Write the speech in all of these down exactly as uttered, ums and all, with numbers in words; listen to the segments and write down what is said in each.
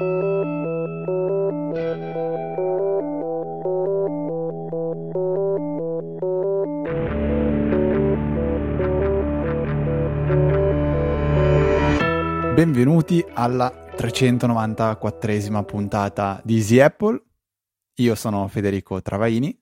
Benvenuti alla trecentonovantaquattresima puntata di Easy Apple. Io sono Federico Travaini.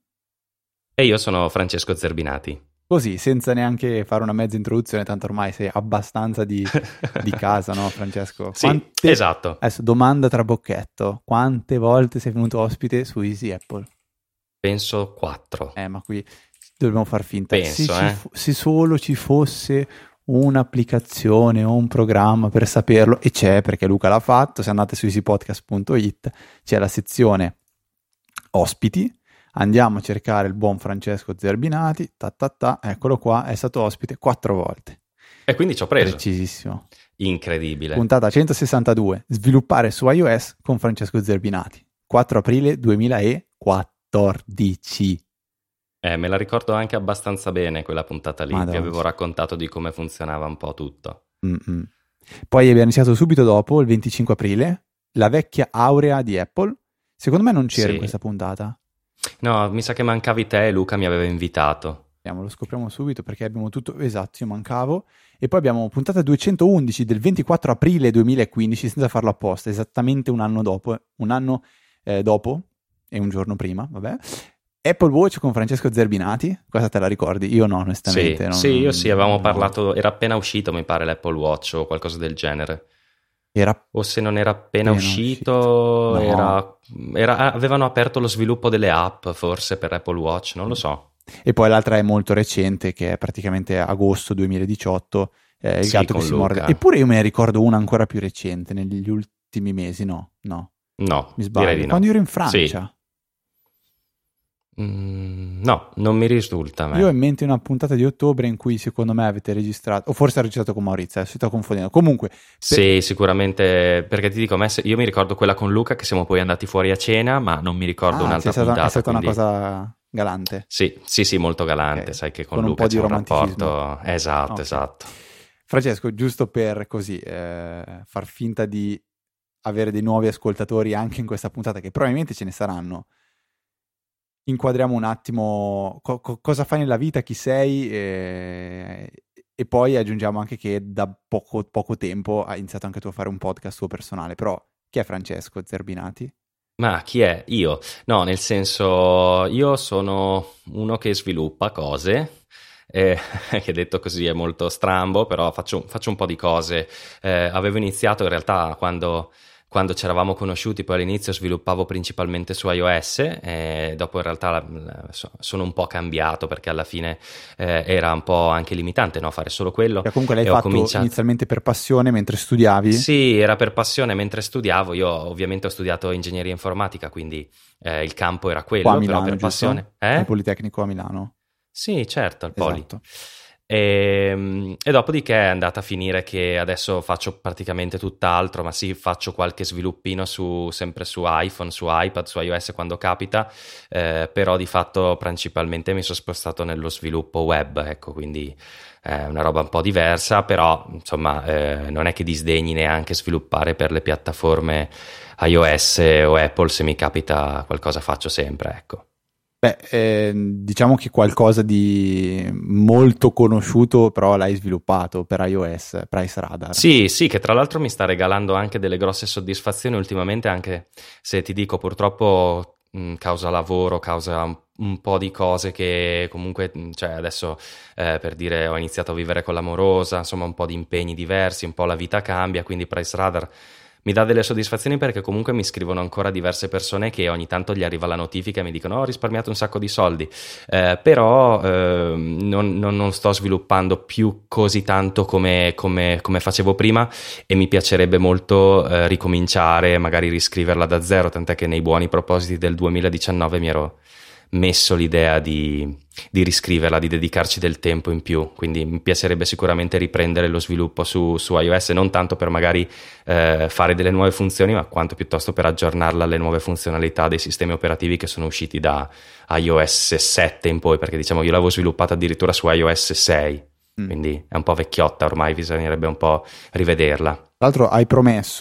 E io sono Francesco Zerbinati. Così, senza neanche fare una mezza introduzione, tanto ormai sei abbastanza di, di casa, no Francesco? Quante... Sì, esatto. Adesso, domanda tra bocchetto. Quante volte sei venuto ospite su Easy Apple? Penso quattro. Eh, ma qui dobbiamo far finta. Penso, se, eh. ci, se solo ci fosse un'applicazione o un programma per saperlo, e c'è, perché Luca l'ha fatto, se andate su easypodcast punto it c'è la sezione ospiti, andiamo a cercare il buon Francesco Zerbinati, ta ta ta, eccolo qua, è stato ospite quattro volte. E quindi ci ho preso. Precisissimo. Incredibile. Puntata centosessantadue, sviluppare su iOS con Francesco Zerbinati, quattro aprile duemilaquattordici. Eh, me la ricordo anche abbastanza bene quella puntata lì. Madonna. Vi avevo raccontato di come funzionava un po' tutto. Mm-mm. Poi abbiamo iniziato subito dopo, il venticinque aprile, la vecchia aurea di Apple. Secondo me non c'era Sì. in questa puntata. No, mi sa che mancavi te e Luca mi aveva invitato. Lo scopriamo subito perché abbiamo tutto esatto, io mancavo. E poi abbiamo puntata duecentoundici del ventiquattro aprile duemilaquindici, senza farlo apposta, esattamente un anno dopo, un anno eh, dopo e un giorno prima, vabbè. Apple Watch con Francesco Zerbinati, cosa te la ricordi? Io no, onestamente. Sì, non, sì, io sì, avevamo no. parlato, era appena uscito mi pare l'Apple Watch o qualcosa del genere. Era O se non era appena, appena uscito, uscito. No. era, era, avevano aperto lo sviluppo delle app forse per Apple Watch, non lo so. E poi l'altra è molto recente, che è praticamente agosto duemiladiciotto, eh, il Sì, gatto che con si Luca. morde. Eppure io me ne ricordo una ancora più recente, negli ultimi mesi, no? No, No, mi sbaglio. direi di no. Quando ero in Francia. Sì. Mm, no, non mi risulta a me. Io ho in mente una puntata di ottobre in cui secondo me avete registrato, o forse ha registrato con Maurizio, adesso sto confondendo. Comunque, per... Sì, sicuramente, perché ti dico, a me se- io mi ricordo quella con Luca che siamo poi andati fuori a cena, ma non mi ricordo ah, un'altra è stata, puntata. è stata quindi... una cosa galante. Sì, sì, sì, molto galante, Okay. sai che con, Con un Luca po' di c'è un romanticismo. rapporto... Esatto, Ok. esatto. Francesco, giusto per così eh, far finta di avere dei nuovi ascoltatori anche in questa puntata, che probabilmente ce ne saranno, inquadriamo un attimo co- co- cosa fai nella vita, chi sei, e, e poi aggiungiamo anche che da poco, poco tempo hai iniziato anche tu a fare un podcast tuo personale. Però chi è Francesco Zerbinati? Ma chi è? Io? No, nel senso, io sono uno che sviluppa cose, eh, che detto così è molto strambo, però faccio, faccio un po' di cose. Eh, avevo iniziato in realtà quando... Quando ci eravamo conosciuti, poi all'inizio sviluppavo principalmente su iOS, e dopo in realtà so- sono un po' cambiato perché alla fine eh, era un po' anche limitante, no? Fare solo quello. Cioè, comunque l'hai E ho fatto cominciato- inizialmente per passione mentre studiavi? Sì, era per passione mentre studiavo. Io ovviamente ho studiato ingegneria informatica, quindi eh, il campo era quello, Qua a Milano, però per giusto? passione. Al Eh? Politecnico a Milano. Sì, certo, al Poli. Esatto. E, e dopodiché è andata a finire che adesso faccio praticamente tutt'altro, ma sì, faccio qualche sviluppino su, sempre su iPhone, su iPad, su iOS quando capita, eh, però di fatto principalmente mi sono spostato nello sviluppo web, ecco, quindi è una roba un po' diversa, però insomma eh, non è che disdegni neanche sviluppare per le piattaforme iOS o Apple, se mi capita qualcosa faccio sempre, ecco. Beh, eh, diciamo che qualcosa di molto conosciuto però l'hai sviluppato per iOS, Price Radar. Sì, sì, che tra l'altro mi sta regalando anche delle grosse soddisfazioni ultimamente, anche se ti dico purtroppo mh, causa lavoro, causa un, un po' di cose che comunque, mh, cioè adesso eh, per dire ho iniziato a vivere con l'amorosa, insomma un po' di impegni diversi, un po' la vita cambia, quindi Price Radar mi dà delle soddisfazioni perché comunque mi scrivono ancora diverse persone che ogni tanto gli arriva la notifica e mi dicono: oh, ho risparmiato un sacco di soldi, eh, però eh, non, non, non sto sviluppando più così tanto come, come, come facevo prima, e mi piacerebbe molto eh, ricominciare, magari riscriverla da zero, tant'è che nei buoni propositi del duemiladiciannove mi ero messo l'idea di, di riscriverla, di dedicarci del tempo in più, quindi mi piacerebbe sicuramente riprendere lo sviluppo su, su iOS, non tanto per magari eh, fare delle nuove funzioni, ma quanto piuttosto per aggiornarla alle nuove funzionalità dei sistemi operativi che sono usciti da iOS sette in poi, perché diciamo io l'avevo sviluppata addirittura su iOS sei, mm. quindi è un po' vecchiotta ormai, bisognerebbe un po' rivederla. Tra l'altro hai promesso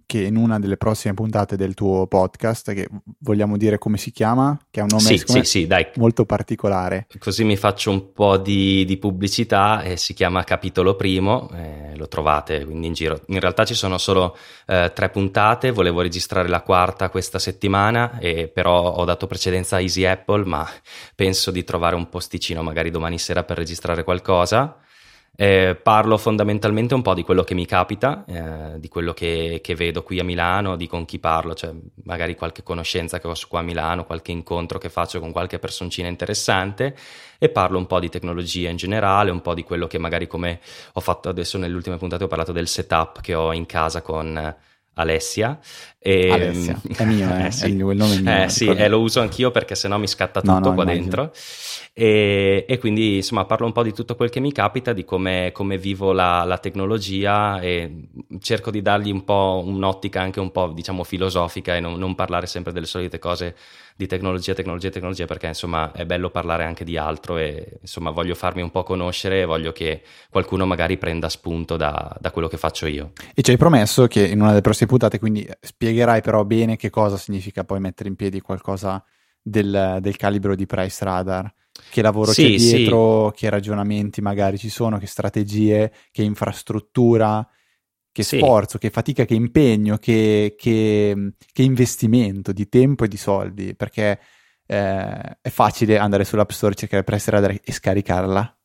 che in una delle prossime puntate del tuo podcast, che vogliamo dire come si chiama, che ha un nome Sì, secondo sì, me sì, dai. molto particolare. Così mi faccio un po' di, di pubblicità, e si chiama Capitolo Primo, eh, lo trovate quindi in giro. In realtà ci sono solo eh, tre puntate, volevo registrare la quarta questa settimana, e però ho dato precedenza a Easy Apple, ma penso di trovare un posticino magari domani sera per registrare qualcosa. Eh, parlo fondamentalmente un po' di quello che mi capita, eh, di quello che, che vedo qui a Milano, di con chi parlo, cioè magari qualche conoscenza che ho su qua a Milano, qualche incontro che faccio con qualche personcina interessante, e parlo un po' di tecnologia in generale, un po' di quello che magari, come ho fatto adesso nelle ultime puntate, ho parlato del setup che ho in casa con Alessia. E, Alessia, è mio, eh? eh, sì. È il, il nome mio. Eh, sì, e lo uso anch'io perché sennò mi scatta tutto no, no, qua immagino. dentro. E, e quindi insomma parlo un po' di tutto quel che mi capita, di come, come vivo la, la tecnologia, e cerco di dargli un po' un'ottica anche un po' diciamo filosofica, e non, non parlare sempre delle solite cose di tecnologia, tecnologia, tecnologia, perché insomma è bello parlare anche di altro, e insomma voglio farmi un po' conoscere, e voglio che qualcuno magari prenda spunto da, da quello che faccio io. E ci hai promesso che in una delle prossime puntate quindi spiegherai però bene che cosa significa poi mettere in piedi qualcosa del, del calibro di Price Radar. Che lavoro Sì, c'è dietro, sì. che ragionamenti magari ci sono, che strategie, che infrastruttura, che Sì. sforzo, che fatica, che impegno, che, che, che investimento di tempo e di soldi, perché eh, è facile andare sull'App Store, cercare Price Radar e scaricarla,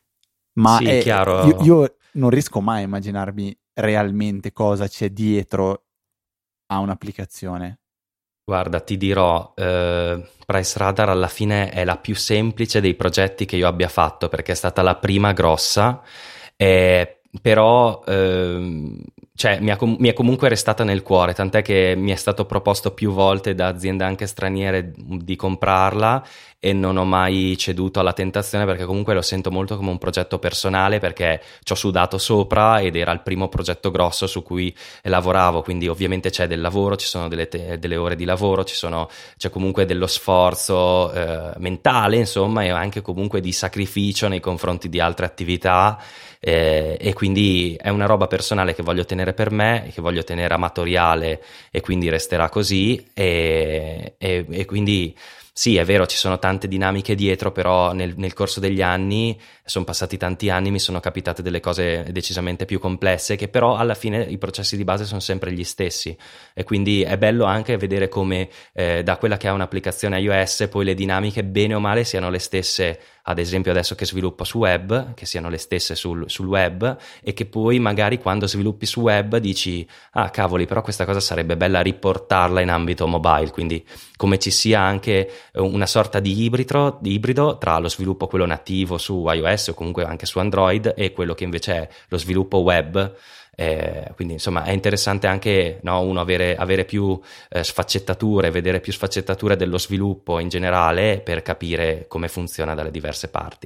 ma Sì, è- chiaro. io, io non riesco mai a immaginarmi realmente cosa c'è dietro a un'applicazione. Guarda, ti dirò, eh, Price Radar alla fine è la più semplice dei progetti che io abbia fatto, perché è stata la prima grossa, eh, però ehm, cioè, mi, ha com- mi è comunque restata nel cuore, tant'è che mi è stato proposto più volte da aziende anche straniere di comprarla, e non ho mai ceduto alla tentazione, perché comunque lo sento molto come un progetto personale, perché ci ho sudato sopra ed era il primo progetto grosso su cui lavoravo, quindi ovviamente c'è del lavoro, ci sono delle, te- delle ore di lavoro, ci sono, c'è comunque dello sforzo eh, mentale, insomma, e anche comunque di sacrificio nei confronti di altre attività, eh, e quindi è una roba personale che voglio tenere per me, che voglio tenere amatoriale, e quindi resterà così, e, e, e quindi sì, è vero, ci sono tante dinamiche dietro, però nel, nel corso degli anni, sono passati tanti anni, mi sono capitate delle cose decisamente più complesse, che però alla fine i processi di base sono sempre gli stessi, e quindi è bello anche vedere come eh, da quella che è un'applicazione iOS poi le dinamiche bene o male siano le stesse, ad esempio adesso che sviluppo su web, che siano le stesse sul, sul web, e che poi magari quando sviluppi su web dici ah cavoli, però questa cosa sarebbe bella riportarla in ambito mobile, quindi come ci sia anche una sorta di ibrido, di ibrido tra lo sviluppo quello nativo su iOS o comunque anche su Android, e quello che invece è lo sviluppo web. Eh, quindi insomma è interessante anche, no, uno avere, avere più eh, sfaccettature, vedere più sfaccettature dello sviluppo in generale, per capire come funziona dalle diverse parti.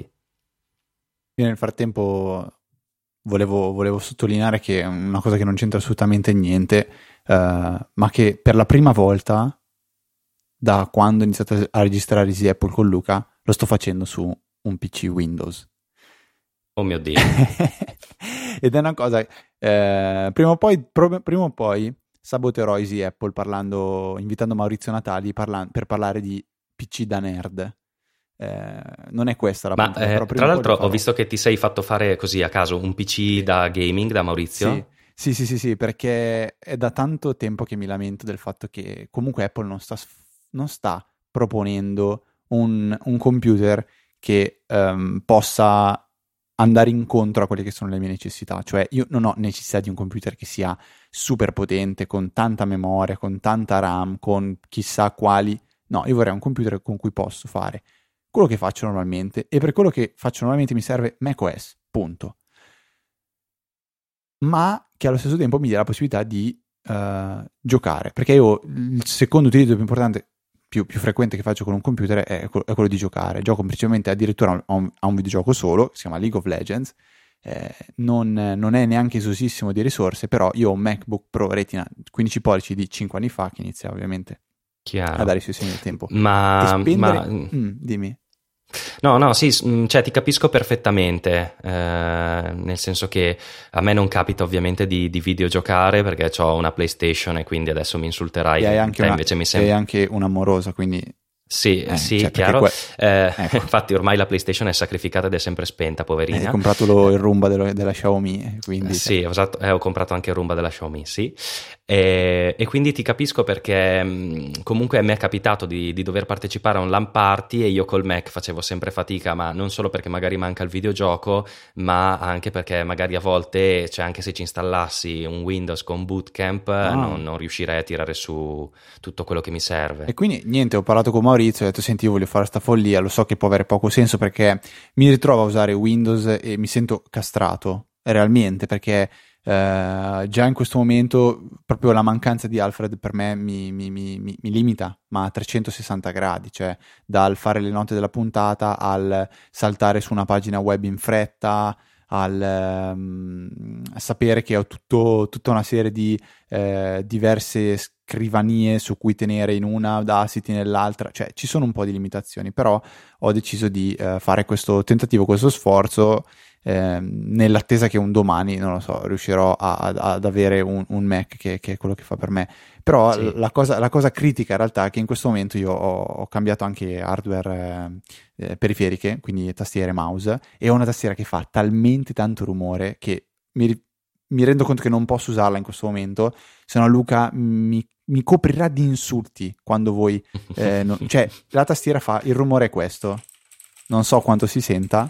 Io nel frattempo volevo, volevo sottolineare che è una cosa che non c'entra assolutamente niente, eh, ma che per la prima volta da quando ho iniziato a registrare Easy Apple con Luca lo sto facendo su un P C Windows. Oh mio Dio. Ed è una cosa eh, prima o poi pro, prima o poi saboterò Easy Apple parlando, invitando Maurizio Natali parla, per parlare di P C da nerd. Eh, non è questa la Ma puntata, eh, però prima tra o poi lo l'altro ho farò. visto che ti sei fatto fare così a caso un P C da gaming da Maurizio. Sì, sì, sì, sì, sì, perché è da tanto tempo che mi lamento del fatto che comunque Apple non sta, non sta proponendo un, un computer che um, possa andare incontro a quelle che sono le mie necessità. Cioè io non ho necessità di un computer che sia super potente, con tanta memoria, con tanta RAM, con chissà quali. No, io vorrei un computer con cui posso fare quello che faccio normalmente, e per quello che faccio normalmente mi serve macOS, punto. Ma che allo stesso tempo mi dia la possibilità di uh, giocare, perché io il secondo utilizzo più importante, più, più frequente che faccio con un computer è, è quello di giocare. Gioco principalmente addirittura a un, a un videogioco solo, che si chiama League of Legends, eh, non, non è neanche esosissimo di risorse, però io ho un MacBook Pro Retina quindici pollici di cinque anni fa, che inizia ovviamente Chiaro. a dare i suoi segni del tempo. Ma, E spendere... ma... Mm, dimmi. No, no, sì, cioè ti capisco perfettamente, eh, nel senso che a me non capita ovviamente di, di videogiocare perché ho una PlayStation e quindi adesso mi insulterai E hai che anche te una, invece mi e hai sembra... anche un'amorosa, quindi... Sì, Eh, sì, cioè, perché chiaro. que- Eh, ecco, infatti ormai la PlayStation è sacrificata ed è sempre spenta, hai poverina. comprato lo- il Eh, Roomba dello- della Xiaomi, quindi... Cioè, Sì, ho, usato- eh, ho comprato anche il Roomba della Xiaomi, sì. E, e quindi ti capisco perché mh, comunque mi è capitato di, di dover partecipare a un LAN party e io col Mac facevo sempre fatica, ma non solo perché magari manca il videogioco, ma anche perché magari a volte, cioè anche se ci installassi un Windows con Bootcamp, eh, ah. non, non riuscirei a tirare su tutto quello che mi serve. E quindi niente, ho parlato con Maurizio e ho detto senti, io voglio fare sta follia, lo so che può avere poco senso perché mi ritrovo a usare Windows e mi sento castrato, realmente, perché eh, già in questo momento proprio la mancanza di Alfred per me mi, mi- mi- mi- mi limita, ma a trecentosessanta gradi, cioè dal fare le note della puntata al saltare su una pagina web in fretta, al ehm, sapere che ho tutto- tutta una serie di eh, diverse scrivanie su cui tenere in una, Audacity nell'altra, cioè ci sono un po' di limitazioni, però ho deciso di eh, fare questo tentativo, questo sforzo, ehm, nell'attesa che un domani, non lo so, riuscirò a- ad, ad avere un, un Mac che, che è quello che fa per me. Però Sì. la cosa, la cosa critica in realtà è che in questo momento io ho, ho cambiato anche hardware eh, eh, periferiche, quindi tastiere e mouse, e ho una tastiera che fa talmente tanto rumore che mi, ri- mi rendo conto che non posso usarla in questo momento, se no Luca mi, mi coprirà di insulti quando voi... eh, non- cioè, la tastiera fa... Il rumore è questo. Non so quanto si senta.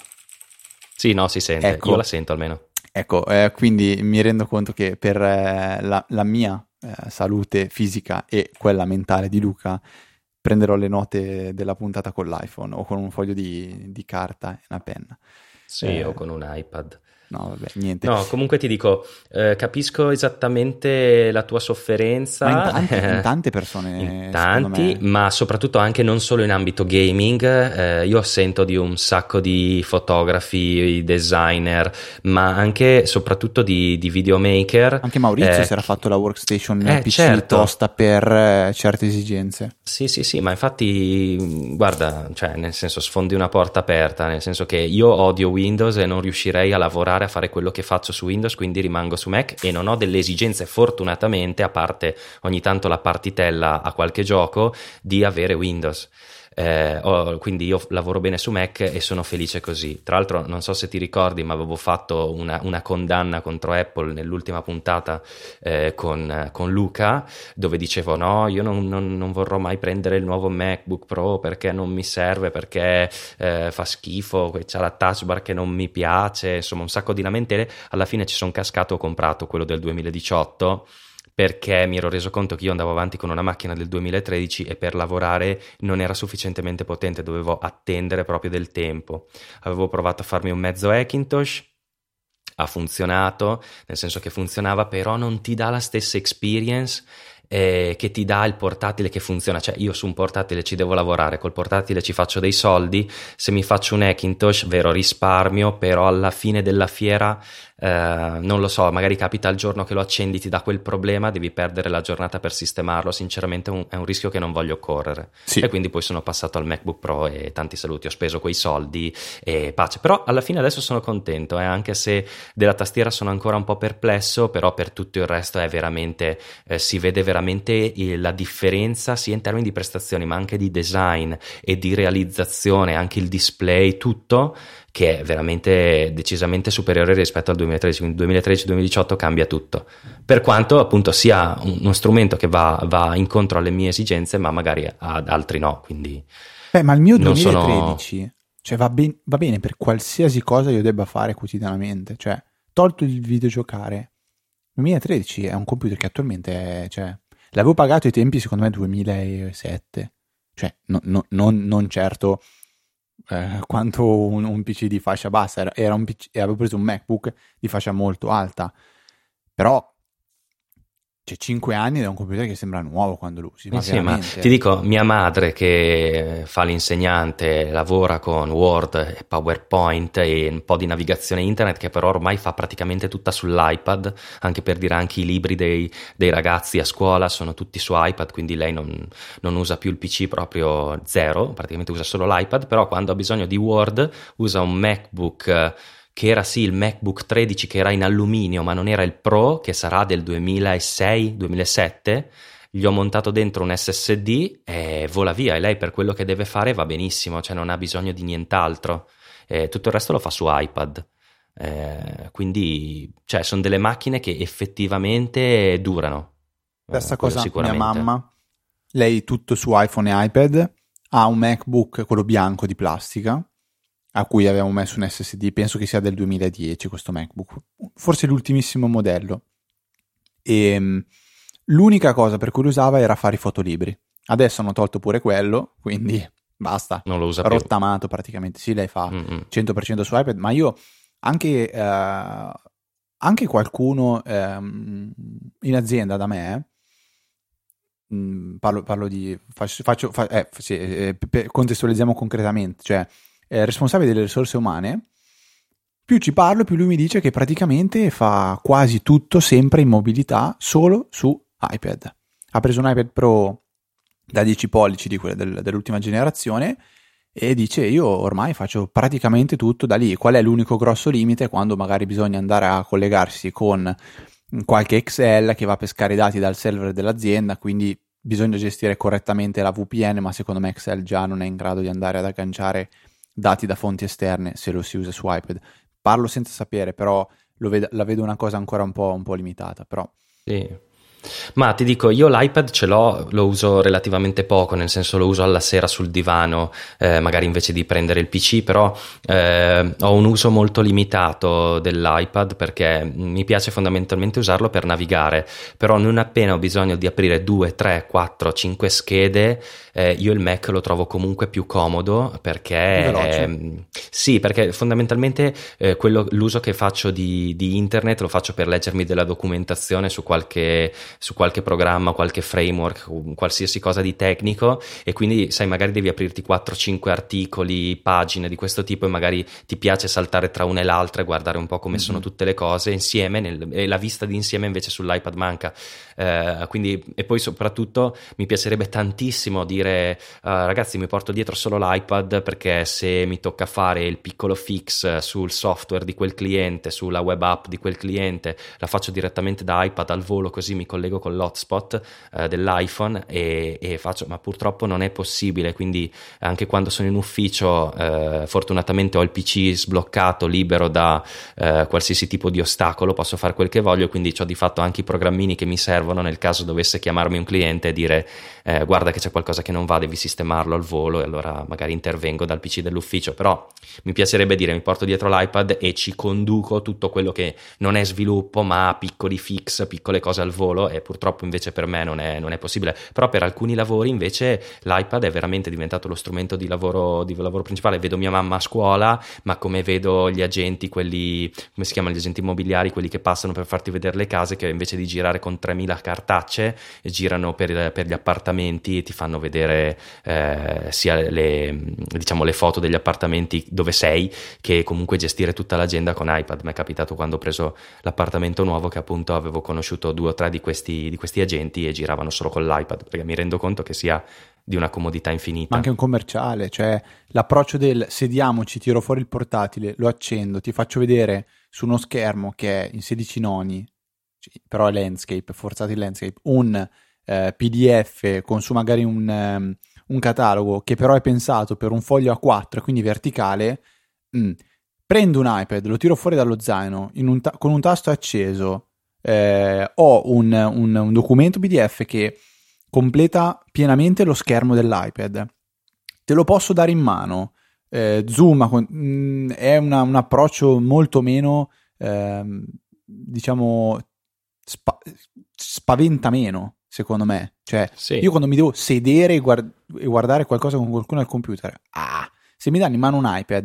Sì, no, si sente, Ecco. io la sento almeno. Ecco, eh, quindi mi rendo conto che per eh, la, la mia eh, salute fisica e quella mentale di Luca prenderò le note della puntata con l'iPhone o con un foglio di, di carta e una penna. Sì, Eh, o con un iPad. no, vabbè, niente. No, comunque ti dico, eh, capisco esattamente la tua Ma in sofferenza, tante, in tante in persone, secondo tanti, me... ma soprattutto anche non solo in ambito gaming. Eh, io sento di un sacco di fotografi, designer, ma anche e soprattutto di, di videomaker. Anche Maurizio eh, si era fatto la workstation eh, P C certo. tosta per eh, certe esigenze. Sì, sì, sì, ma infatti, guarda, cioè, nel senso, sfondi una porta aperta, nel senso che io odio Windows e non riuscirei a lavorare, a fare quello che faccio su Windows, quindi rimango su Mac e non ho delle esigenze, fortunatamente, a parte ogni tanto la partitella a qualche gioco, di avere Windows. Eh, ho- quindi io lavoro bene su Mac e sono felice così. Tra l'altro non so se ti ricordi, ma avevo fatto una, una condanna contro Apple nell'ultima puntata eh, con, con Luca, dove dicevo no, io non, non- non vorrò mai prendere il nuovo MacBook Pro perché non mi serve, perché eh, fa schifo, c'ha la touch bar che non mi piace, insomma un sacco di lamentele. Alla fine ci sono cascato, ho comprato quello del duemiladiciotto perché mi ero reso conto che io andavo avanti con una macchina del duemilatredici e per lavorare non era sufficientemente potente, dovevo attendere proprio del tempo. Avevo provato a farmi un mezzo Hackintosh, ha funzionato, nel senso che funzionava, però non ti dà la stessa experience eh, che ti dà il portatile che funziona. Cioè io su un portatile ci devo lavorare, col portatile ci faccio dei soldi, se mi faccio un Hackintosh, vero, risparmio, però alla fine della fiera eh, non lo so, magari capita il giorno che lo accendi, ti dà quel problema, devi perdere la giornata per sistemarlo. Sinceramente è un, è un rischio che non voglio correre. Sì. E quindi poi sono passato al MacBook Pro e tanti saluti, ho speso quei soldi e pace. Però alla fine adesso sono contento, eh, anche se della tastiera sono ancora un po' perplesso, però per tutto il resto è veramente, eh, si vede veramente eh, la differenza sia in termini di prestazioni ma anche di design e di realizzazione, anche il display, tutto che è veramente decisamente superiore rispetto al duemilatredici, quindi duemilatredici duemiladiciotto cambia tutto, per quanto appunto sia uno strumento che va, va incontro alle mie esigenze ma magari ad altri no, quindi Beh, ma il mio non duemilatredici, sono... cioè va, ben- va bene per qualsiasi cosa io debba fare quotidianamente, cioè tolto il videogiocare, duemilatredici è un computer che attualmente è, cioè, l'avevo pagato ai tempi secondo me duemilasette, cioè no- no- non, non certo eh, quanto un, un P C di fascia bassa, era, era un P C, e avevo preso un MacBook di fascia molto alta, però C'è cinque anni ed è un computer che sembra nuovo quando lo usi, ma Eh sì, ma veramente. ti dico, mia madre che fa l'insegnante, lavora con Word e PowerPoint e un po' di navigazione internet, che però ormai fa praticamente tutta sull'iPad, anche per dire anche i libri dei, dei ragazzi a scuola sono tutti su iPad, quindi lei non, non usa più il P C, proprio zero, praticamente usa solo l'iPad, però quando ha bisogno di Word usa un MacBook, eh, che era sì il MacBook tredici, che era in alluminio, ma non era il Pro, che sarà del duemilasei duemilasette. Gli ho montato dentro un S S D e vola via, e lei per quello che deve fare va benissimo, cioè non ha bisogno di nient'altro. Eh, tutto il resto lo fa su iPad. Eh, quindi, cioè, sono delle macchine che effettivamente durano. Stessa Eh, quello cosa mia sicuramente. mamma, lei tutto su iPhone e iPad, ha un MacBook, quello bianco di plastica, a cui avevamo messo un S S D, penso che sia del duemiladieci questo MacBook, forse l'ultimissimo modello. E mh, l'unica cosa per cui lo usava era fare i fotolibri. Adesso hanno tolto pure quello, quindi basta, Non lo usa più. rottamato praticamente. Sì, lei fa Mm-mm. cento per cento su iPad, ma io anche, eh, anche qualcuno ehm, in azienda da me, mh, parlo, parlo di, faccio, faccio fa- eh, sì, eh, pe- contestualizziamo concretamente, cioè eh, responsabile delle risorse umane, più ci parlo, più lui mi dice che praticamente fa quasi tutto sempre in mobilità solo su iPad. Ha preso un iPad Pro da dieci pollici di quelle del- dell'ultima generazione e dice io ormai faccio praticamente tutto da lì. Qual è l'unico grosso limite? Quando magari bisogna andare a collegarsi con qualche Excel che va a pescare i dati dal server dell'azienda, quindi bisogna gestire correttamente la V P N, ma secondo me Excel già non è in grado di andare ad agganciare dati da fonti esterne se lo si usa su iPad. Parlo senza sapere, però lo ved- la vedo una cosa ancora un po', un po' limitata, però Sì. Ma ti dico, io l'iPad ce l'ho, lo uso relativamente poco, nel senso lo uso alla sera sul divano, eh, magari invece di prendere il P C, però eh, ho un uso molto limitato dell'iPad perché mi piace fondamentalmente usarlo per navigare, però non appena ho bisogno di aprire due, tre, quattro, cinque schede, eh, io il Mac lo trovo comunque più comodo perché più veloce. eh, sì, perché fondamentalmente eh, quello, l'uso che faccio di, di internet lo faccio per leggermi della documentazione su qualche su qualche programma, qualche framework, qualsiasi cosa di tecnico, e quindi sai magari devi aprirti quattro cinque articoli, pagine di questo tipo, e magari ti piace saltare tra una e l'altra e guardare un po' come mm-hmm. sono tutte le cose insieme, nel, e la vista di insieme invece sull'iPad manca. Eh, quindi, e poi soprattutto mi piacerebbe tantissimo dire uh, ragazzi, mi porto dietro solo l'iPad perché se mi tocca fare il piccolo fix sul software di quel cliente, sulla web app di quel cliente, la faccio direttamente da iPad al volo, così mi collego con l'hotspot eh, dell'iPhone e, e faccio, ma purtroppo non è possibile, quindi anche quando sono in ufficio eh, fortunatamente ho il P C sbloccato, libero da eh, qualsiasi tipo di ostacolo, posso fare quel che voglio, quindi ho di fatto anche i programmini che mi servono nel caso dovesse chiamarmi un cliente e dire eh, guarda che c'è qualcosa che non va, devi sistemarlo al volo, e allora magari intervengo dal P C dell'ufficio. Però mi piacerebbe dire mi porto dietro l'iPad e ci conduco tutto quello che non è sviluppo ma piccoli fix, piccole cose al volo, e purtroppo invece per me non è, non è possibile. Però per alcuni lavori invece l'iPad è veramente diventato lo strumento di lavoro, di lavoro principale. Vedo mia mamma a scuola, ma come vedo gli agenti, quelli, come si chiamano, gli agenti immobiliari, quelli che passano per farti vedere le case, che invece di girare con tremila cartacce girano per, per gli appartamenti e ti fanno vedere eh, sia le, diciamo, le foto degli appartamenti dove sei, che comunque gestire tutta l'agenda con iPad. Mi è capitato quando ho preso l'appartamento nuovo che appunto avevo conosciuto due o tre di questi di questi agenti e giravano solo con l'iPad, perché mi rendo conto che sia di una comodità infinita. Ma anche un commerciale, cioè l'approccio del sediamoci, tiro fuori il portatile, lo accendo, ti faccio vedere su uno schermo che è in sedici noni, però è landscape, forzato in landscape, un eh, P D F con su magari un, um, un catalogo che però è pensato per un foglio A quattro, quindi verticale. mm. Prendo un iPad, lo tiro fuori dallo zaino in un ta- con un tasto acceso. Eh, ho un, un, un documento P D F che completa pienamente lo schermo dell'iPad, te lo posso dare in mano, eh, zoom, mh, è una, un approccio molto meno eh, diciamo spa- spaventa meno, secondo me. Cioè sì. Io quando mi devo sedere e, guard- e guardare qualcosa con qualcuno al computer, ah, se mi danno in mano un iPad,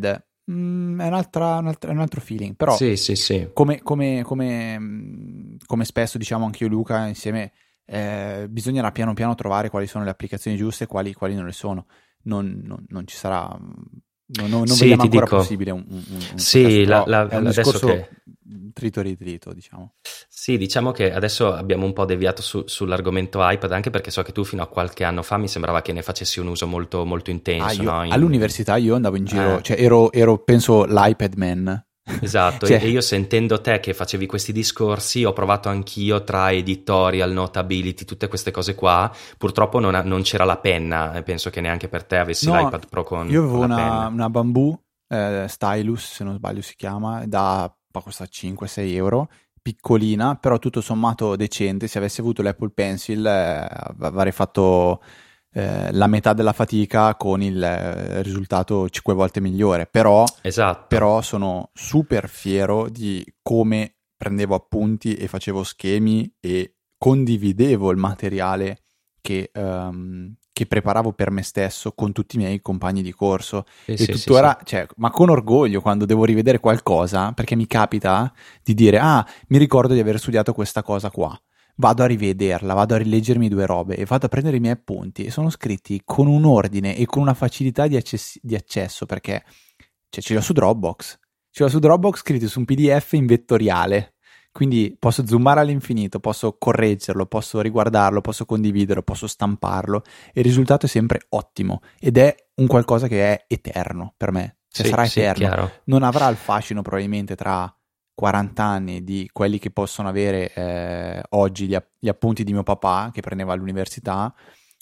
mm, è, un'altra, un'altra, è un altro feeling, però Sì, sì, sì. come, come, come, mm, come spesso diciamo anche io e Luca insieme, eh, bisognerà piano piano trovare quali sono le applicazioni giuste e quali, quali non le sono. Non, non- non ci sarà, non, non- non Sì, vediamo ti ancora dico. possibile un, un, un successo, Sì, la- però la- è un adesso discorso che... trito e ritrito, diciamo. Sì, diciamo che adesso abbiamo un po' deviato su- sull'argomento iPad, anche perché so che tu fino a qualche anno fa mi sembrava che ne facessi un uso molto, molto Ah, intenso, io no? In- all'università io andavo in giro, eh. cioè ero, ero penso l'iPad man. Esatto, e Cioè, e io sentendo te che facevi questi discorsi ho provato anch'io tra editorial, notability, tutte queste cose qua. Purtroppo non, ha- non c'era la penna, e penso che neanche per te avessi no, l'iPad Pro con, io avevo con la una, penna. una Bamboo eh, Stylus, se non sbaglio si chiama, da ma costa cinque sei euro, piccolina, però tutto sommato decente. Se avessi avuto l'Apple Pencil eh, avrei fatto eh, la metà della fatica con il eh, risultato cinque volte migliore, però, Esatto, però sono super fiero di come prendevo appunti e facevo schemi e condividevo il materiale che, ehm, che preparavo per me stesso con tutti i miei compagni di corso. sì, E sì, sì, sì. tuttora, cioè, ma con orgoglio quando devo rivedere qualcosa, perché mi capita di dire, ah, mi ricordo di aver studiato questa cosa qua. Vado a rivederla, vado a rileggermi due robe e vado a prendere i miei appunti e sono scritti con un ordine e con una facilità di, access- di accesso, perché cioè, ce li ho su Dropbox. Ce li ho su Dropbox scritti su un P D F in vettoriale. Quindi posso zoomare all'infinito, posso correggerlo, posso riguardarlo, posso condividerlo, posso stamparlo e il risultato è sempre ottimo ed è un qualcosa che è eterno per me, cioè Sì, sarà sì, eterno. chiaro. Non avrà il fascino probabilmente tra quaranta anni di quelli che possono avere eh, oggi gli, app- gli appunti di mio papà che prendeva all'università,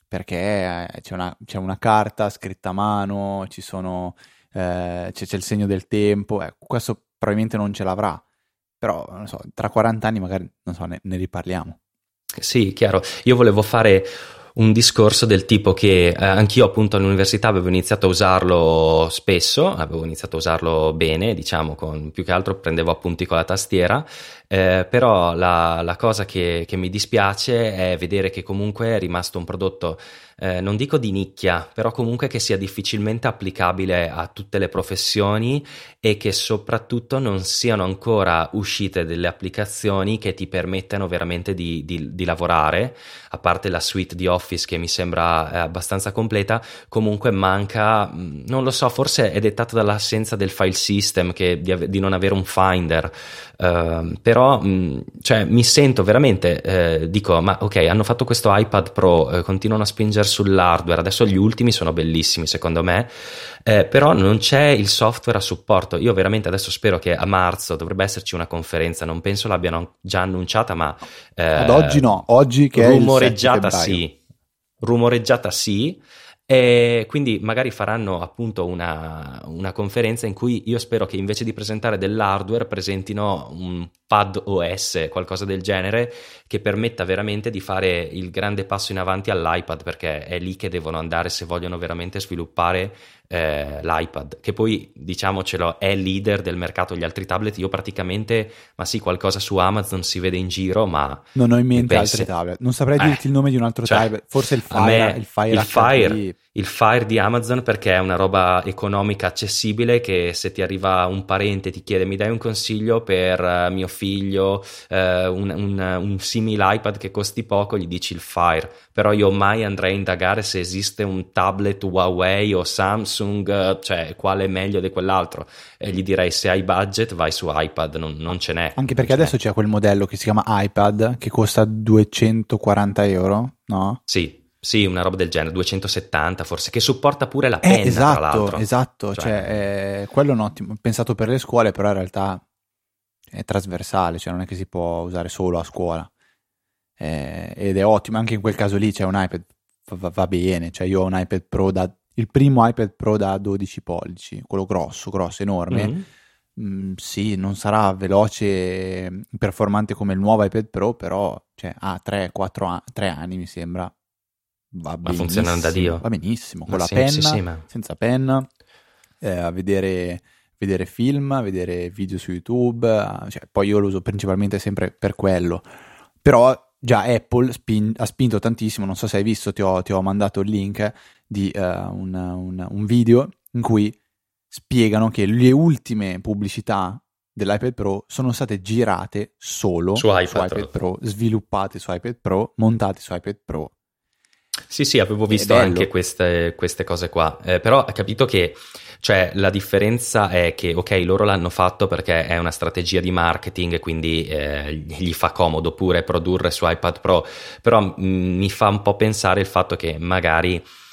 perché eh, c'è una, c'è una carta scritta a mano, ci sono, eh, c'è, c'è il segno del tempo, eh, questo probabilmente non ce l'avrà. Però, non so, tra quaranta anni magari, non so, ne, ne riparliamo. Sì, chiaro. Io volevo fare un discorso del tipo che eh, anch'io appunto all'università avevo iniziato a usarlo spesso, avevo iniziato a usarlo bene, diciamo, con, più che altro prendevo appunti con la tastiera, eh, però la, la cosa che, che mi dispiace è vedere che comunque è rimasto un prodotto, eh, non dico di nicchia, però comunque che sia difficilmente applicabile a tutte le professioni e che soprattutto non siano ancora uscite delle applicazioni che ti permettano veramente di, di, di lavorare, a parte la suite di Office che mi sembra eh, abbastanza completa. Comunque manca, mh, non lo so, forse è dettato dall'assenza del file system, che di, ave- di non avere un Finder, uh, però mh, cioè, mi sento veramente, eh, dico, ma ok, hanno fatto questo iPad Pro, eh, continuano a spingere sull'hardware, adesso gli ultimi sono bellissimi secondo me, eh, però non c'è il software a supporto. Io veramente adesso spero che a marzo dovrebbe esserci una conferenza, non penso l'abbiano già annunciata, ma eh, Ad oggi no, oggi che è il sette rumoreggiata febbraio. sì, rumoreggiata sì, e quindi magari faranno appunto una, una conferenza in cui io spero che invece di presentare dell'hardware presentino un pad O S, qualcosa del genere, che permetta veramente di fare il grande passo in avanti all'iPad, perché è lì che devono andare se vogliono veramente sviluppare eh, l'iPad, che poi diciamocelo è leader del mercato degli altri tablet. Io praticamente, ma sì, qualcosa su Amazon si vede in giro, ma Non ho in mente pensi, altri tablet. Non saprei eh, dirti il nome di un altro cioè, tablet. Forse il a Fire, me il Fire il H D. Fire, il Fire di Amazon, perché è una roba economica, accessibile, che se ti arriva un parente e ti chiede mi dai un consiglio per uh, mio figlio, uh, un, un, un simile iPad che costi poco, gli dici il Fire. Però io mai andrei a indagare se esiste un tablet Huawei o Samsung, uh, cioè quale è meglio di quell'altro, e gli direi se hai budget vai su iPad, non, non ce n'è. Anche perché ce adesso n'è. c'è quel modello che si chiama iPad che costa duecentoquaranta euro, no? Sì. Sì, una roba del genere, duecentosettanta forse, che supporta pure la Eh, penna, esatto, tra l'altro. esatto, Cioè, cioè, eh, quello è un ottimo, pensato per le scuole, però in realtà è trasversale, cioè non è che si può usare solo a scuola. Eh, ed è ottimo, anche in quel caso lì c'è un iPad, va, va bene, cioè io ho un iPad Pro da, il primo iPad Pro da dodici pollici, quello grosso, grosso, enorme. mm, Mm, sì, non sarà veloce e performante come il nuovo iPad Pro, però cioè, ha tre quattro anni mi sembra, va ma funzionano da benissimo, Dio. va benissimo, con Ma la sì, penna, sì, sì, ma... senza penna, eh, a vedere, vedere film, a vedere video su YouTube, eh, cioè, poi io lo uso principalmente sempre per quello, però già Apple spin- ha spinto tantissimo, non so se hai visto, ti ho, ti ho mandato il link di uh, un, un, un video in cui spiegano che le ultime pubblicità dell'iPad Pro sono state girate solo su iPad, su iPad Pro, sviluppate su iPad Pro, montate su iPad Pro. Sì, sì, avevo visto anche queste, queste cose qua, eh, però ho capito che, cioè, la differenza è che, ok, loro l'hanno fatto perché è una strategia di marketing, quindi eh, gli fa comodo pure produrre su iPad Pro, però mh, mi fa un po' pensare il fatto che magari,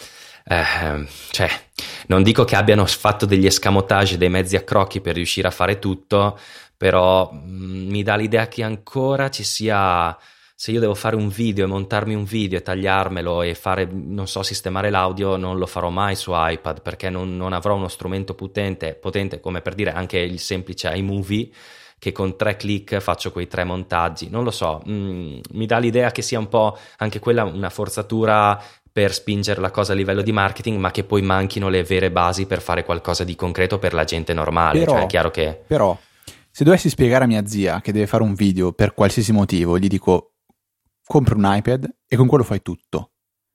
eh, cioè, non dico che abbiano fatto degli escamotage, dei mezzi accrocchi per riuscire a fare tutto, però mh, mi dà l'idea che ancora ci sia... Se io devo fare un video e montarmi un video e tagliarmelo e fare, non so, sistemare l'audio, non lo farò mai su iPad, perché non, non avrò uno strumento potente, potente, come per dire anche il semplice iMovie, che con tre click faccio quei tre montaggi. Non lo so, mm, mi dà l'idea che sia un po' anche quella una forzatura per spingere la cosa a livello di marketing, ma che poi manchino le vere basi per fare qualcosa di concreto per la gente normale. Però, cioè è chiaro che... Però, se dovessi spiegare a mia zia che deve fare un video per qualsiasi motivo, gli dico... compri un iPad e con quello fai tutto.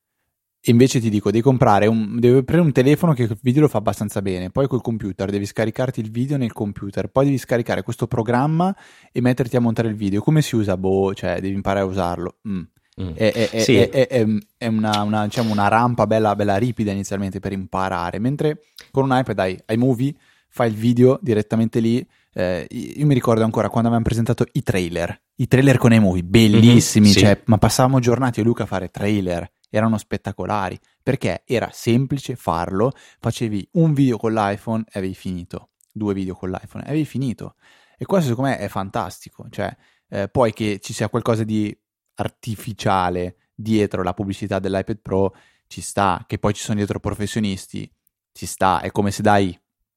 E invece ti dico, devi comprare un, devi prendere un telefono che il video lo fa abbastanza bene, poi col computer devi scaricarti il video nel computer, poi devi scaricare questo programma e metterti a montare il video. Come si usa? Boh, cioè devi imparare a usarlo. Mm. Mm. È, è, sì. è, è, è, è una, una, diciamo, una rampa bella, bella ripida inizialmente per imparare, mentre con un iPad hai iMovie, fai il video direttamente lì. Eh, io mi ricordo ancora quando avevamo presentato i trailer, i trailer con iMovie, bellissimi, mm-hmm, sì. Cioè, ma passavamo giornate io e Luca a fare trailer, erano spettacolari, perché era semplice farlo, facevi un video con l'iPhone e avevi finito, due video con l'iPhone e avevi finito, e questo secondo me è fantastico, cioè eh, poi che ci sia qualcosa di artificiale dietro la pubblicità dell'iPad Pro ci sta, che poi ci sono dietro professionisti, ci sta, è come se dai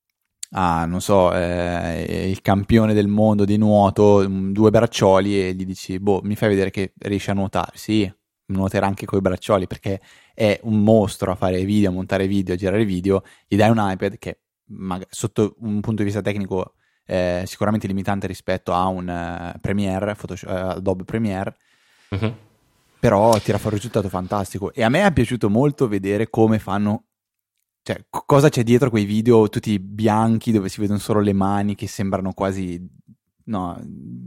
ah, non so, eh, il campione del mondo di nuoto, due braccioli e gli dici, boh, mi fai vedere che riesci a nuotare. Sì, nuoterà anche coi braccioli perché è un mostro a fare video, a montare video, a girare video. Gli dai un iPad che mag- sotto un punto di vista tecnico è sicuramente limitante rispetto a un uh, Premiere, Photoshop, uh, Adobe Premiere, uh-huh. Però tira fuori un risultato fantastico. E a me è piaciuto molto vedere come fanno... Cioè, c- cosa c'è dietro quei video tutti bianchi dove si vedono solo le mani che sembrano quasi... No,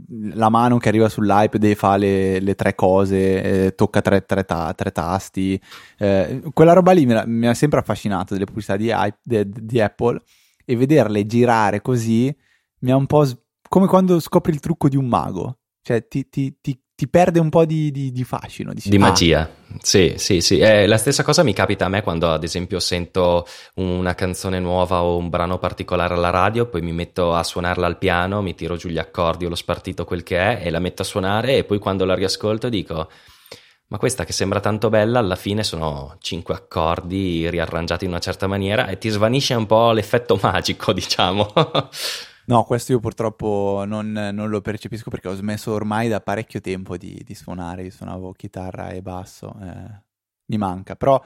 la mano che arriva sull'iPad e fa le, le tre cose, eh, tocca tre, tre, ta- tre tasti. Eh, quella roba lì mi ha, mi ha sempre affascinato delle pubblicità di, I- de- di Apple, e vederle girare così mi ha un po' s- come quando scopri il trucco di un mago. Cioè, ti... ti, ti ti perde un po' di, di, di fascino. Dici, di ah. magia, sì, sì, sì. Eh, la stessa cosa mi capita a me quando ad esempio sento una canzone nuova o un brano particolare alla radio, poi mi metto a suonarla al piano, mi tiro giù gli accordi o lo spartito quel che è e la metto a suonare, e poi quando la riascolto dico, ma questa che sembra tanto bella alla fine sono cinque accordi riarrangiati in una certa maniera, e ti svanisce un po' l'effetto magico, diciamo. No, questo io purtroppo non, non lo percepisco perché ho smesso ormai da parecchio tempo di, di suonare. Io suonavo chitarra e basso, eh, mi manca. Però,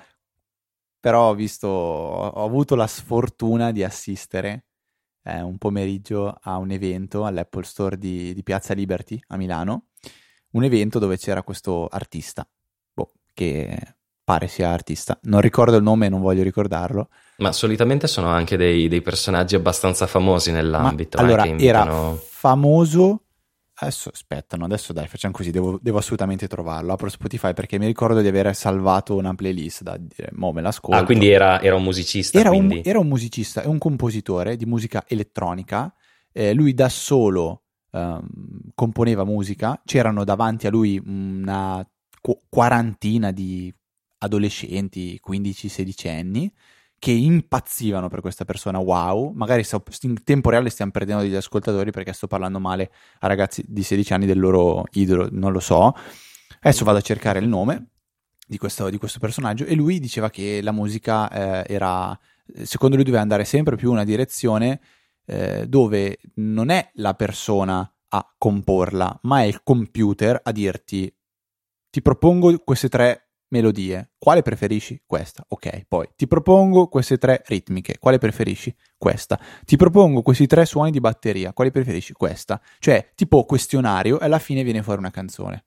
però ho visto, ho, ho avuto la sfortuna di assistere eh, un pomeriggio a un evento all'Apple Store di, di Piazza Liberty a Milano, un evento dove c'era questo artista, boh, che pare sia artista. Non ricordo il nome e non voglio ricordarlo. Ma solitamente sono anche dei, dei personaggi abbastanza famosi nell'ambito. Ma, allora, eh, che invitano... era famoso... Adesso, aspetta, no, adesso dai, facciamo così, devo, devo assolutamente trovarlo. Apro Spotify perché mi ricordo di aver salvato una playlist da dire, mo me l'ascolto. Ah, quindi era, era un musicista? Era quindi. un, era un musicista, è un compositore di musica elettronica. Eh, lui da solo um, componeva musica. C'erano davanti a lui una qu- quarantina di adolescenti, quindici sedici anni, che impazzivano per questa persona. Wow, magari sto, in tempo reale stiamo perdendo degli ascoltatori perché sto parlando male a ragazzi di sedici anni del loro idolo, non lo so. Adesso vado a cercare il nome di questo, di questo personaggio, e lui diceva che la musica eh, era, secondo lui doveva andare sempre più in una direzione eh, dove non è la persona a comporla, ma è il computer a dirti, ti propongo queste tre melodie, quale preferisci? Questa, ok. Poi ti propongo queste tre ritmiche, quale preferisci? Questa. Ti propongo questi tre suoni di batteria, quale preferisci? Questa. Cioè, tipo questionario, e alla fine viene fuori una canzone.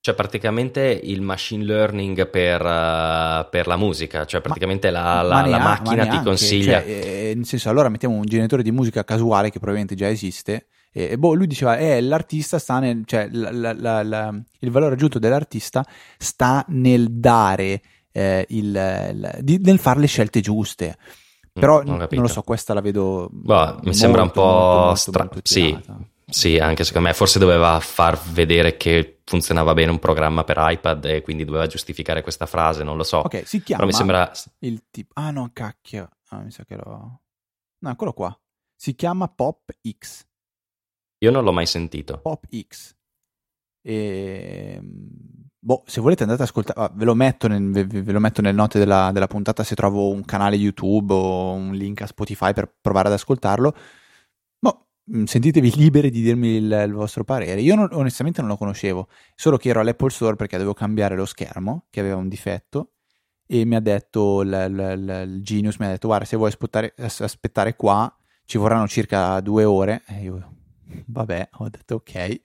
Cioè praticamente il machine learning per, uh, per la musica, cioè praticamente ma, la, la, ma la ha, macchina ti consiglia. Cioè, eh, nel senso, allora mettiamo un generatore di musica casuale che probabilmente già esiste, e, e boh, lui diceva, eh, l'artista sta nel, cioè la, la, la, la, il valore aggiunto dell'artista sta nel dare, eh, il, il, di, nel fare le scelte giuste. Però mm, non lo so, questa la vedo boh, molto, mi sembra un po' molto, molto, stra- molto sì. Sì, anche secondo me forse doveva far vedere che funzionava bene un programma per iPad e quindi doveva giustificare questa frase, non lo so. Ok, si chiama Però mi sembra il tipo... Ah no, cacchio. Ah, mi sa che l'ho... No, eccolo qua. Si chiama Pop X. Io non l'ho mai sentito. Pop X. E... Boh, se volete andate ad ascoltare, ve lo metto nel, ve, ve lo metto nelle note della, della puntata se trovo un canale YouTube o un link a Spotify per provare ad ascoltarlo. Sentitevi liberi di dirmi il, il vostro parere. Io non, onestamente non lo conoscevo, solo che ero all'Apple Store perché dovevo cambiare lo schermo che aveva un difetto e mi ha detto il, il, il Genius mi ha detto guarda, se vuoi aspettare, aspettare qua ci vorranno circa due ore e io vabbè, ho detto ok,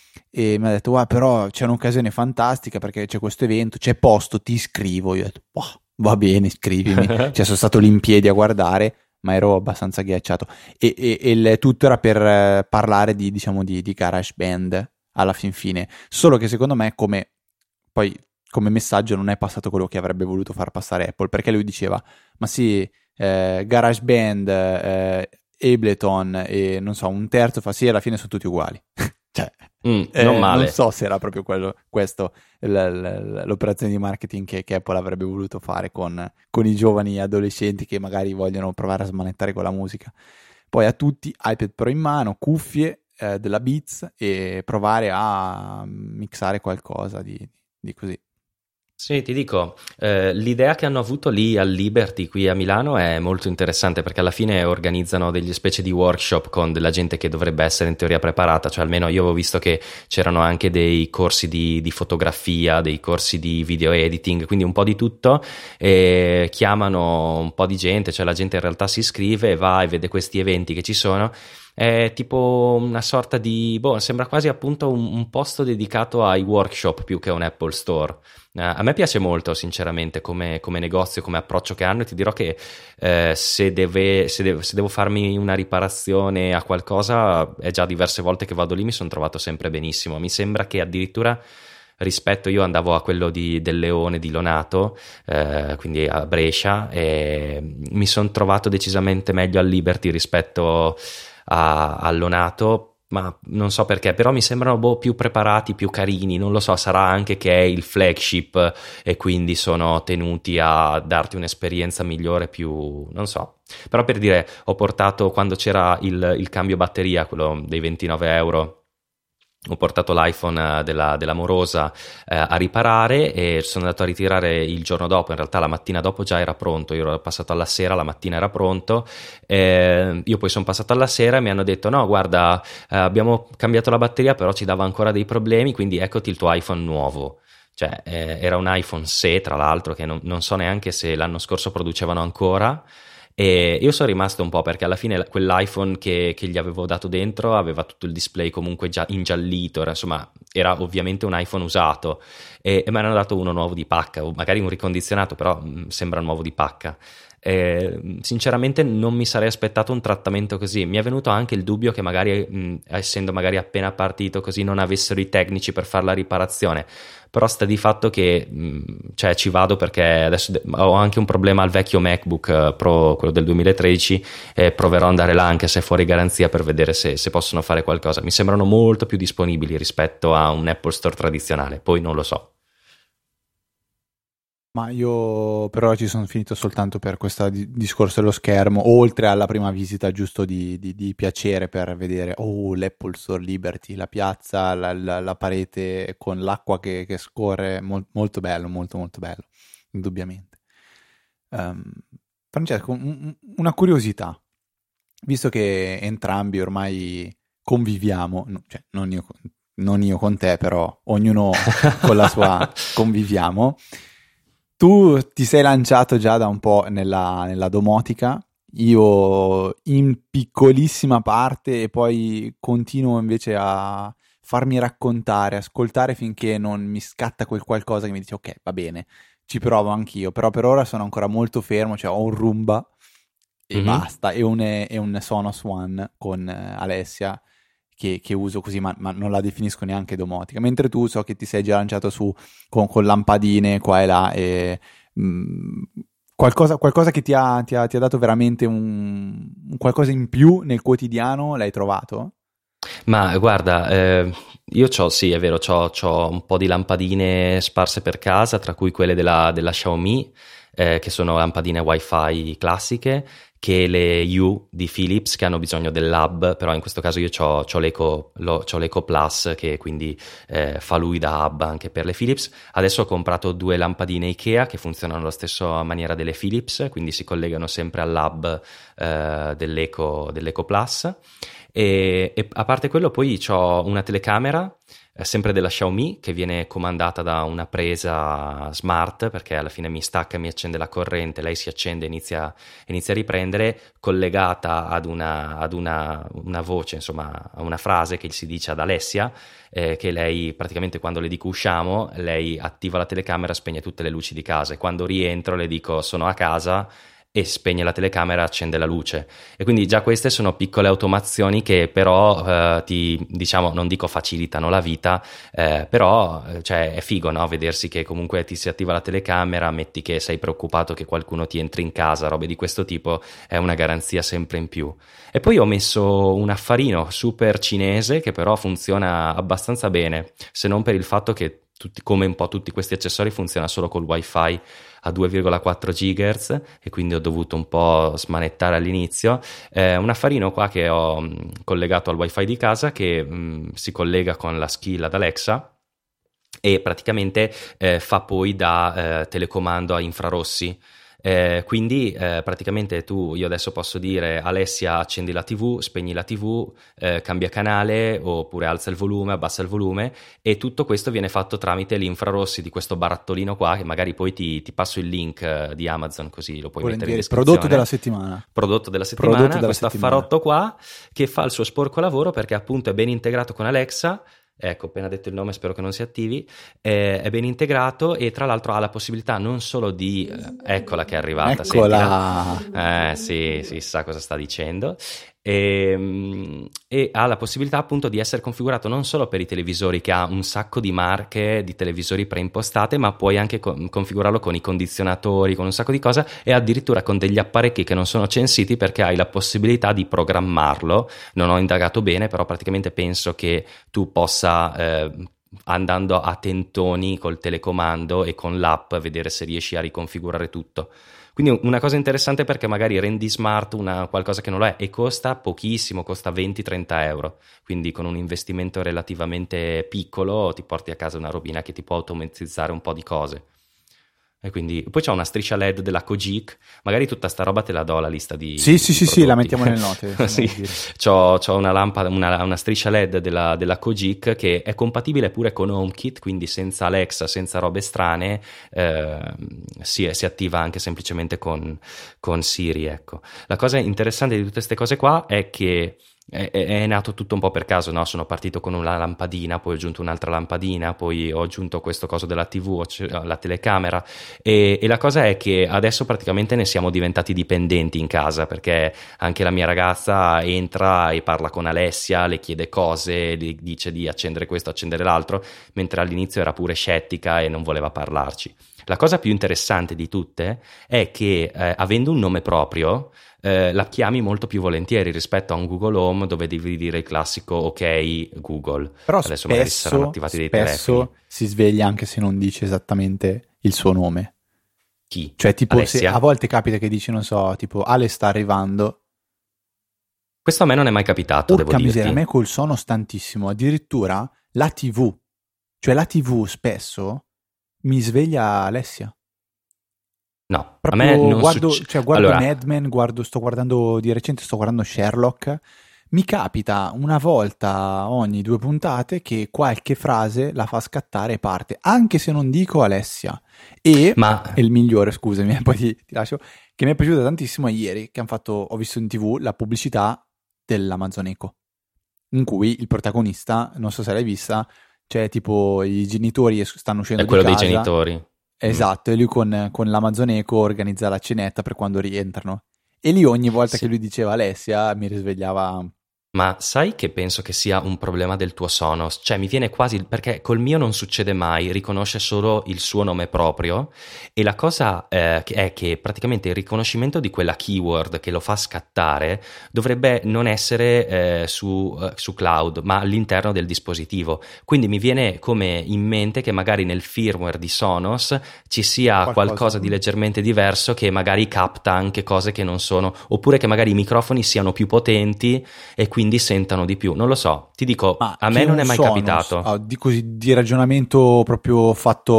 e mi ha detto guarda, però c'è un'occasione fantastica perché c'è questo evento, c'è posto, ti iscrivo. Io ho detto wow, va bene, iscrivimi. Cioè sono stato lì in piedi a guardare, ma ero abbastanza ghiacciato e, e, e il tutto era per eh, parlare di, diciamo, di, di GarageBand alla fin fine, solo che secondo me come poi come messaggio non è passato quello che avrebbe voluto far passare Apple, perché lui diceva ma sì, eh, GarageBand, eh, Ableton e non so, un terzo fa sì, alla fine sono tutti uguali. Cioè, mm, eh, non male. Non so se era proprio quello, questo l, l, l'operazione di marketing che, che Apple avrebbe voluto fare con, con i giovani adolescenti che magari vogliono provare a smanettare con la musica. Poi a tutti iPad Pro in mano, cuffie eh, della Beats e provare a mixare qualcosa di, di così. Sì, ti dico, eh, l'idea che hanno avuto lì al Liberty qui a Milano è molto interessante perché alla fine organizzano degli specie di workshop con della gente che dovrebbe essere in teoria preparata, cioè almeno io avevo visto che c'erano anche dei corsi di, di fotografia, dei corsi di video editing, quindi un po' di tutto, e chiamano un po' di gente, cioè la gente in realtà si iscrive e va e vede questi eventi che ci sono. È tipo una sorta di, boh, sembra quasi appunto un, un posto dedicato ai workshop più che un Apple Store. Uh, a me piace molto sinceramente come, come negozio, come approccio che hanno, e ti dirò che eh, se, deve, se, deve, se devo farmi una riparazione a qualcosa è già diverse volte che vado lì, mi sono trovato sempre benissimo. Mi sembra che addirittura rispetto, io andavo a quello di, del Leone di Lonato, eh, quindi a Brescia, e mi sono trovato decisamente meglio al Liberty rispetto a, a Lonato, ma non so perché, però mi sembrano boh, più preparati, più carini, non lo so, sarà anche che è il flagship e quindi sono tenuti a darti un'esperienza migliore, più, non so. Però per dire, ho portato, quando c'era il, il cambio batteria, quello dei ventinove euro, ho portato l'iPhone della, dell'amorosa eh, a riparare e sono andato a ritirare il giorno dopo, in realtà la mattina dopo già era pronto, io ero passato alla sera, la mattina era pronto, eh, io poi sono passato alla sera e mi hanno detto no guarda eh, abbiamo cambiato la batteria però ci dava ancora dei problemi, quindi eccoti il tuo iPhone nuovo. Cioè eh, era un iPhone sei tra l'altro che non, non so neanche se l'anno scorso producevano ancora. E io sono rimasto un po' perché alla fine quell'iPhone che, che gli avevo dato dentro aveva tutto il display comunque già ingiallito, era, insomma era ovviamente un iPhone usato e, e mi hanno dato uno nuovo di pacca, o magari un ricondizionato, però mh, sembra nuovo di pacca. Eh, sinceramente non mi sarei aspettato un trattamento così. Mi è venuto anche il dubbio che magari mh, essendo magari appena partito così non avessero i tecnici per fare la riparazione, però sta di fatto che mh, cioè ci vado perché adesso de- ho anche un problema al vecchio MacBook Pro, quello del duemilatredici, e proverò ad andare là anche se è fuori garanzia per vedere se, se possono fare qualcosa. Mi sembrano molto più disponibili rispetto a un Apple Store tradizionale, poi non lo so. Ma io per ora ci sono finito soltanto per questo di- discorso dello schermo, oltre alla prima visita giusto di, di- di piacere per vedere, oh, l'Apple Store Liberty, la piazza, la, la- la parete con l'acqua che, che scorre, mol- molto bello, molto molto bello, indubbiamente. Ehm, Francesco, un- un- una curiosità, visto che entrambi ormai conviviamo, no, cioè non io, con- non io con te, però ognuno con la sua conviviamo. Tu ti sei lanciato già da un po' nella, nella domotica, io in piccolissima parte e poi continuo invece a farmi raccontare, ascoltare finché non mi scatta quel qualcosa che mi dice ok, va bene, ci provo anch'io, però per ora sono ancora molto fermo, cioè ho un Roomba e Mhm. basta, e un, e un Sonos One con eh, Alessia che, che uso così, ma, ma non la definisco neanche domotica, mentre tu so che ti sei già lanciato su con, con lampadine qua e là e mh, qualcosa, qualcosa che ti ha, ti ha- ti ha dato veramente un, un qualcosa in più nel quotidiano, l'hai trovato? Ma guarda, eh, io c'ho, sì, è vero, c'ho, c'ho un po' di lampadine sparse per casa, tra cui quelle della, della Xiaomi, eh, che sono lampadine Wi-Fi classiche, che le U di Philips, che hanno bisogno dell'hub, però in questo caso io c'ho, c'ho l'Eco, lo- c'ho l'Eco Plus, che quindi eh, fa lui da hub anche per le Philips. Adesso ho comprato due lampadine Ikea che funzionano alla stessa maniera delle Philips, quindi si collegano sempre all'hub eh, dell'Eco, dell'Eco Plus. E, e a parte quello poi ho una telecamera eh, sempre della Xiaomi che viene comandata da una presa smart, perché alla fine mi stacca, mi accende la corrente, lei si accende e inizia, inizia a riprendere, collegata ad una, ad una, una voce, insomma a una frase che si dice ad Alessia, eh, che lei praticamente quando le dico usciamo, lei attiva la telecamera, spegne tutte le luci di casa, e quando rientro le dico sono a casa e spegne la telecamera, accende la luce. E quindi già queste sono piccole automazioni che però eh, ti, diciamo, non dico facilitano la vita, eh, però eh, cioè, è figo, no? Vedersi che comunque ti si attiva la telecamera, metti che sei preoccupato che qualcuno ti entri in casa, robe di questo tipo, è una garanzia sempre in più. E poi ho messo un affarino super cinese che però funziona abbastanza bene, se non per il fatto che tutti, come un po' tutti questi accessori, funziona solo col wifi a due virgola quattro gigahertz, e quindi ho dovuto un po' smanettare all'inizio. Eh, un affarino qua che ho mh, collegato al wifi di casa, che mh, si collega con la skill ad Alexa e praticamente eh, fa poi da eh, telecomando a infrarossi. Eh, quindi eh, praticamente tu, io adesso posso dire Alessia accendi la tivù, spegni la tivù, eh, cambia canale, oppure alza il volume, abbassa il volume, e tutto questo viene fatto tramite gli infrarossi di questo barattolino qua, che magari poi ti, ti passo il link eh, di Amazon, così lo puoi mettere in Volentieri, descrizione. prodotto della settimana. Prodotto della settimana, Prodotto della questo settimana. affarotto qua che fa il suo sporco lavoro, perché appunto è ben integrato con Alexa. Ecco, appena detto il nome, spero che non si attivi. Eh, è ben integrato e tra l'altro ha la possibilità non solo di... eh, eccola che è arrivata, Eccola. sentila. Eh sì, si sa cosa sta dicendo. E, mm, e ha la possibilità appunto di essere configurato non solo per i televisori, che ha un sacco di marche di televisori preimpostate, ma puoi anche co- configurarlo con i condizionatori, con un sacco di cose, e addirittura con degli apparecchi che non sono censiti, perché hai la possibilità di programmarlo. Non ho indagato bene, però praticamente penso che tu possa eh, andando a tentoni col telecomando e con l'app vedere se riesci a riconfigurare tutto. Quindi una cosa interessante, perché magari rendi smart una, qualcosa che non lo è, e costa pochissimo, costa venti trenta euro, quindi con un investimento relativamente piccolo ti porti a casa una robina che ti può automatizzare un po' di cose. E quindi poi c'è una striscia L E D della Cogic, magari tutta sta roba te la do la lista di Sì, sì, di sì, sì, la prodotti. mettiamo nelle note. Sì, c'ho, c'ho una lampada, una, una striscia L E D della, della Cogic che è compatibile pure con HomeKit, quindi senza Alexa, senza robe strane, eh, si, si attiva anche semplicemente con, con Siri, ecco. La cosa interessante di tutte queste cose qua è che È, è nato tutto un po' per caso, no? Sono partito con una lampadina, poi ho aggiunto un'altra lampadina, poi ho aggiunto questo coso della tivù, la telecamera, e, e la cosa è che adesso praticamente ne siamo diventati dipendenti in casa, perché anche la mia ragazza entra e parla con Alessia, le chiede cose, le dice di accendere questo, accendere l'altro, mentre all'inizio era pure scettica e non voleva parlarci. La cosa più interessante di tutte è che eh, avendo un nome proprio, eh, la chiami molto più volentieri rispetto a un Google Home dove devi dire il classico ok Google. Però Adesso magari si saranno spesso, attivati dei telefoni. spesso si sveglia anche se non dice esattamente il suo nome. Chi? Cioè tipo se Alessia? a volte capita che dici, non so, tipo Ale sta arrivando. Questo a me non è mai capitato, Porca devo miseria, a dirti. me col sono tantissimo. Addirittura la tivù. Cioè la tivù spesso mi sveglia Alessia. No, Proprio a me non guardo, succede. cioè, guardo Allora, Mad Men, guardo, sto guardando di recente, sto guardando Sherlock. Mi capita una volta ogni due puntate che qualche frase la fa scattare e parte, anche se non dico Alessia. E, ma e il migliore, scusami, poi ti, ti lascio, che mi è piaciuto tantissimo ieri, che hanno fatto, ho visto in tivù la pubblicità dell'Amazon Echo. in cui il protagonista, non so se l'hai vista, c'è tipo i genitori es- stanno uscendo È di quello dei casa. genitori. Esatto, e lui con, con l'Amazon Echo organizza la cenetta per quando rientrano. E lì ogni volta Sì. che lui diceva Alessia mi risvegliava. Ma sai che penso che sia un problema del tuo Sonos? Cioè mi viene quasi, perché col mio non succede mai, riconosce solo il suo nome proprio, e la cosa eh, che è che praticamente il riconoscimento di quella keyword che lo fa scattare dovrebbe non essere eh, su, eh, su cloud, ma all'interno del dispositivo. Quindi mi viene come in mente che magari nel firmware di Sonos ci sia Qualcosa. qualcosa di leggermente diverso che magari capta anche cose che non sono, oppure che magari i microfoni siano più potenti e quindi quindi sentano di più, non lo so, ti dico, Ma a me che non è un mai Sonos, capitato. ah, di, così, di ragionamento proprio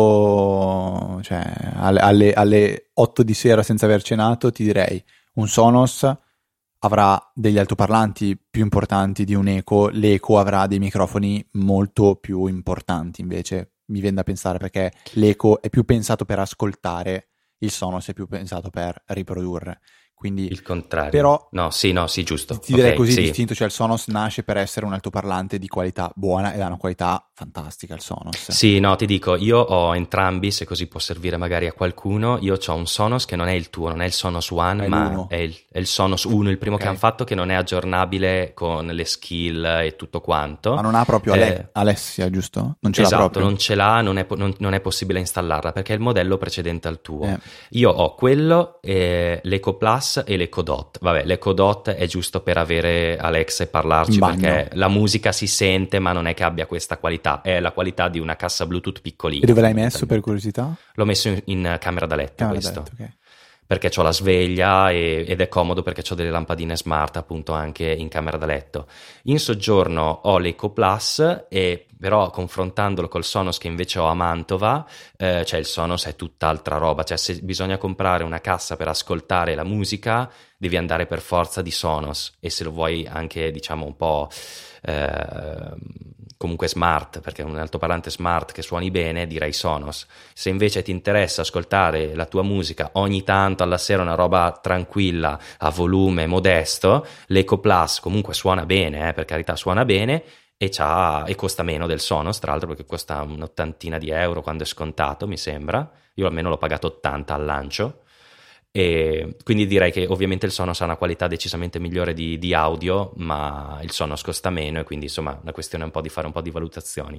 fatto, cioè, alle, alle, alle otto di sera senza aver cenato, ti direi un Sonos avrà degli altoparlanti più importanti di un Echo, l'Echo avrà dei microfoni molto più importanti invece, mi viene da pensare, perché l'Echo è più pensato per ascoltare, il Sonos è più pensato per riprodurre. Quindi, il contrario. però, no, sì, no, sì, giusto. ti direi okay, così sì. distinto, cioè il Sonos nasce per essere un altoparlante di qualità buona ed ha una qualità fantastica il Sonos. Sì, no, ti dico, io ho entrambi, se così può servire magari a qualcuno. Io ho un Sonos che non è il tuo, non è il Sonos One, È ma l'uno. è il, è il Sonos uno, il primo Ok. che hanno fatto, che non è aggiornabile con le skill e tutto quanto. Ma non ha proprio Ale- Eh, Alessia, giusto? Non ce l'ha Esatto, proprio. non ce l'ha, non è, po- non- non è possibile installarla perché è il modello precedente al tuo. Eh. Io ho quello, eh, l'Eco Plus e l'Eco Dot. Vabbè, l'Eco Dot è giusto per avere Alexa e parlarci, In bagno. perché la musica si sente, ma non è che abbia questa qualità, è la qualità di una cassa Bluetooth piccolina. E dove l'hai messo, per fondamentalmente. curiosità? L'ho messo in, in camera da letto Camera da questo. letto, ok. Perché ho la sveglia e- ed è comodo perché ho delle lampadine smart appunto anche in camera da letto. In soggiorno ho l'Eco Plus, e però confrontandolo col Sonos che invece ho a Mantova, eh, cioè il Sonos è tutt'altra roba, cioè se bisogna comprare una cassa per ascoltare la musica devi andare per forza di Sonos, e se lo vuoi anche diciamo un po' eh, comunque smart, perché un altoparlante smart che suoni bene direi Sonos. Se invece ti interessa ascoltare la tua musica ogni tanto alla sera, una roba tranquilla a volume modesto, l'Eco Plus comunque suona bene, eh, per carità suona bene, e, c'ha, e costa meno del Sonos tra l'altro, perché costa un'ottantina di euro quando è scontato mi sembra, io almeno l'ho pagato ottanta al lancio. E quindi direi che ovviamente il Sonos ha una qualità decisamente migliore di, di audio, ma il Sonos costa meno, e quindi insomma una questione è un po' di fare un po' di valutazioni.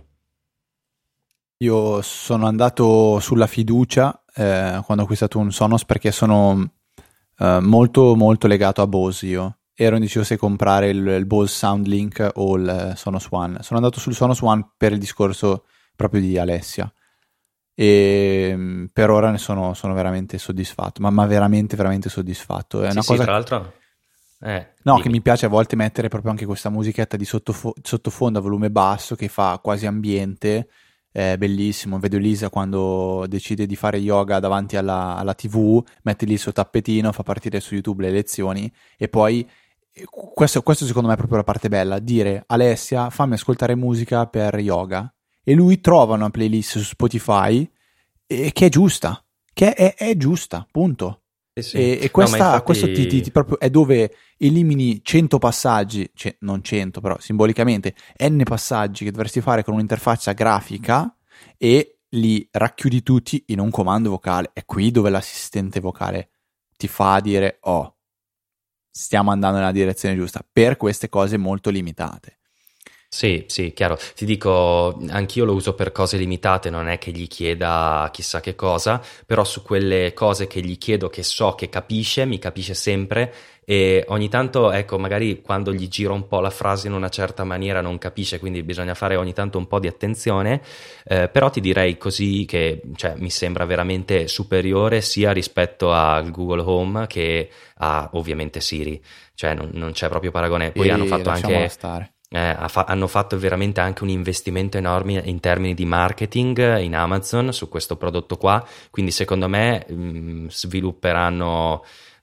Io sono andato sulla fiducia eh, quando ho acquistato un Sonos, perché sono eh, molto molto legato a Bose io. Ero indeciso se comprare il, il Bose SoundLink o il Sonos One. Sono andato sul Sonos One per il discorso proprio di Alessia. E mh, per ora ne sono, sono veramente soddisfatto, ma, ma veramente veramente soddisfatto. È Sì, una sì, cosa tra l'altro eh, no, dimmi. che mi piace a volte mettere proprio anche questa musichetta di sottofo- sottofondo a volume basso che fa quasi ambiente, è bellissimo. Vedo Elisa quando decide di fare yoga davanti alla, alla tivù, mette lì il suo tappetino, fa partire su YouTube le lezioni, e poi eh, questo, questo secondo me è proprio la parte bella, dire Alessia fammi ascoltare musica per yoga, e lui trova una playlist su Spotify e, che è giusta, che è, è giusta, punto. Sì, sì. E, e No, questa, ma infatti- questo ti, ti- ti proprio è dove elimini cento passaggi, cioè non cento però simbolicamente, n passaggi che dovresti fare con un'interfaccia grafica, e li racchiudi tutti in un comando vocale. È qui dove l'assistente vocale ti fa dire oh, stiamo andando nella direzione giusta, per queste cose molto limitate. Sì, sì, chiaro. Ti dico, anch'io lo uso per cose limitate, non è che gli chieda chissà che cosa, però su quelle cose che gli chiedo, che so che capisce, mi capisce sempre, e ogni tanto, ecco, magari quando gli giro un po' la frase in una certa maniera non capisce, quindi bisogna fare ogni tanto un po' di attenzione, eh, però ti direi così che, cioè, mi sembra veramente superiore sia rispetto al Google Home che a ovviamente Siri, cioè non, non c'è proprio paragone. Poi E hanno fatto lasciamola anche... stare. Eh, ha fa- hanno fatto veramente anche un investimento enorme in termini di marketing in Amazon su questo prodotto qua, quindi secondo me mh, svilupperanno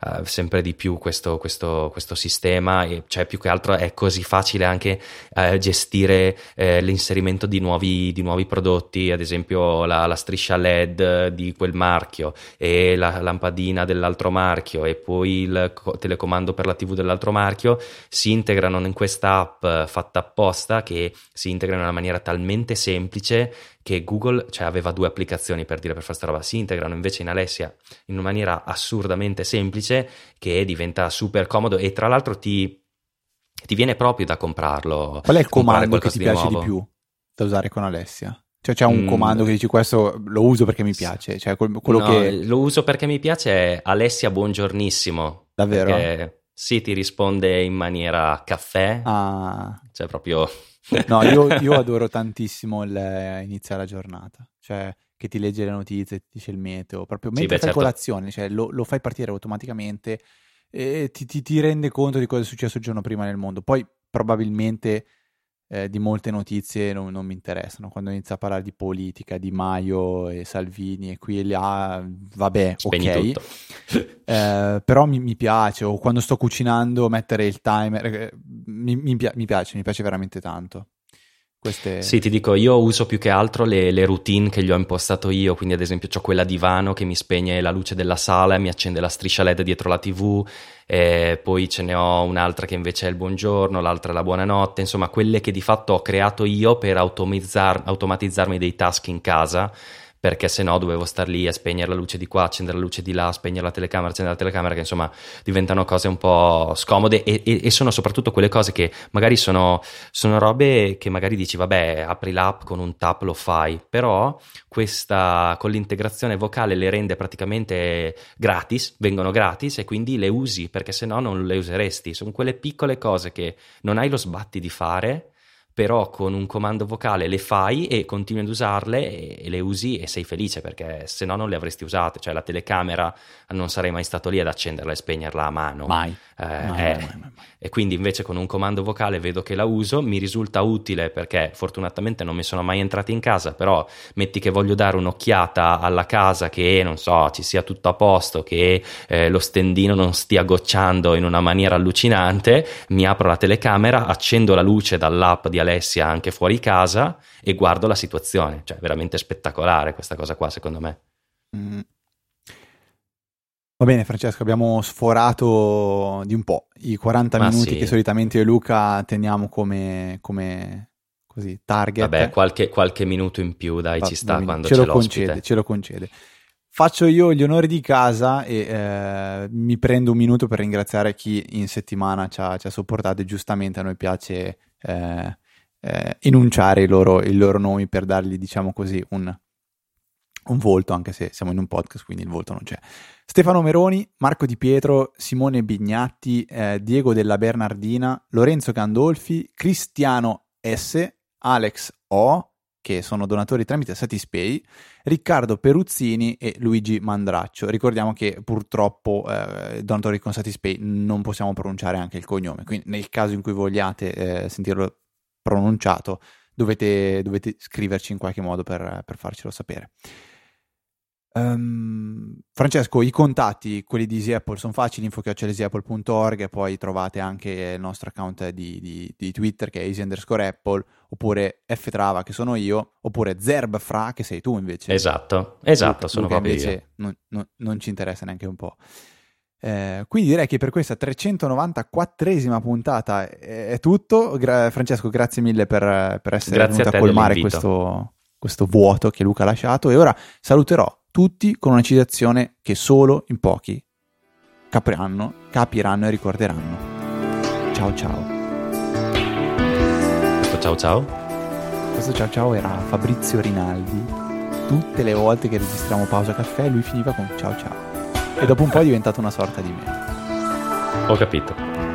uh, sempre di più questo, questo, questo sistema, e cioè più che altro è così facile anche uh, gestire uh, l'inserimento di nuovi, di nuovi prodotti, ad esempio la, la striscia L E D di quel marchio e la lampadina dell'altro marchio e poi il co- telecomando per la tivù dell'altro marchio, si integrano in questa app fatta apposta, che si integra in una maniera talmente semplice che Google, cioè, aveva due applicazioni per dire per fare sta roba, si integrano invece in Alessia in una maniera assurdamente semplice che diventa super comodo, e tra l'altro ti, ti viene proprio da comprarlo. Qual è il comando che ti di piace nuovo. di più da usare con Alessia? Cioè c'è un mm. comando che dici questo lo uso perché mi piace, cioè quello no, che lo uso perché mi piace è Alessia buongiornissimo. Davvero? Perché sì, ti risponde in maniera caffè, ah. cioè proprio... No, io, io adoro tantissimo il iniziare la giornata, cioè che ti legge le notizie, ti dice il meteo, proprio mentre sì, fai certo. colazione, cioè lo, lo fai partire automaticamente e ti, ti, ti rende conto di cosa è successo il giorno prima nel mondo. Poi probabilmente eh, di molte notizie non, non mi interessano, quando inizia a parlare di politica, Di Maio e Salvini e qui e là, vabbè, spegni ok. tutto. Eh, però mi, mi piace, o quando sto cucinando mettere il timer, eh, mi, mi, mi piace, mi piace veramente tanto. Queste... Sì, ti dico, io uso più che altro le, le routine che gli ho impostato io, quindi ad esempio c'ho quella divano che mi spegne la luce della sala e mi accende la striscia L E D dietro la tivù, e poi ce ne ho un'altra che invece è il buongiorno, l'altra è la buonanotte, insomma quelle che di fatto ho creato io per automatizzar, automatizzarmi dei task in casa, perché se no dovevo star lì a spegnere la luce di qua, accendere la luce di là, spegnere la telecamera, accendere la telecamera, che insomma diventano cose un po' scomode, e, e, e sono soprattutto quelle cose che magari sono, sono robe che magari dici vabbè, apri l'app, con un tap lo fai, però questa con l'integrazione vocale le rende praticamente gratis, vengono gratis, e quindi le usi, perché se no non le useresti. Sono quelle piccole cose che non hai lo sbatti di fare, però con un comando vocale le fai e continui ad usarle e le usi e sei felice, perché se no non le avresti usate. Cioè la telecamera non sarei mai stato lì ad accenderla e spegnerla a mano, mai, eh, mai, eh. mai, mai, mai. E quindi invece con un comando vocale vedo che la uso, mi risulta utile perché fortunatamente non mi sono mai entrati in casa, però metti che voglio dare un'occhiata alla casa, che non so, ci sia tutto a posto, che eh, lo stendino non stia gocciando in una maniera allucinante, mi apro la telecamera, accendo la luce dall'app di Alessia anche fuori casa e guardo la situazione. Cioè veramente spettacolare questa cosa qua, secondo me. mm. Va bene Francesco, abbiamo sforato di un po' i quaranta Ma minuti sì. che solitamente io e Luca teniamo come, come così target. Vabbè, qualche, qualche minuto in più dai, Va, ci sta quando ce c'è lo l'ospite. concede, ce lo concede. Faccio io gli onori di casa e eh, mi prendo un minuto per ringraziare chi in settimana ci ha, ci ha sopportato, e giustamente a noi piace eh, eh, enunciare i loro, i loro nomi per dargli, diciamo così, un, un volto, anche se siamo in un podcast, quindi il volto non c'è. Stefano Meroni, Marco Di Pietro, Simone Bignatti, eh, Diego della Bernardina, Lorenzo Gandolfi, Cristiano S, Alex O, che sono donatori tramite Satispay, Riccardo Peruzzini e Luigi Mandraccio. Ricordiamo che purtroppo eh, donatori con Satispay non possiamo pronunciare anche il cognome, quindi nel caso in cui vogliate eh, sentirlo pronunciato dovete, dovete scriverci in qualche modo per, per farcelo sapere. Um, Francesco, i contatti, quelli di Easy Apple, sono facili, info chiocciola easy apple punto org, e poi trovate anche il nostro account di, di, di Twitter che è easy underscore apple, oppure ftrava che sono io, oppure zerbfra che sei tu invece. Esatto, esatto, Luca, sono Luca proprio invece io. Non, non, non ci interessa neanche un po'. Eh, quindi direi che per questa trecentonovantaquattresima puntata è, è tutto. Gra- Francesco, grazie mille per, per essere Grazie venuto a, a colmare questo, questo vuoto che Luca ha lasciato, e ora saluterò tutti con una citazione che solo in pochi capiranno, capiranno e ricorderanno. Ciao ciao. Questo ciao ciao? Questo ciao ciao era Fabrizio Rinaldi. Tutte le volte che registriamo Pausa Caffè lui finiva con ciao ciao, e dopo un po' è diventato una sorta di me. Ho capito.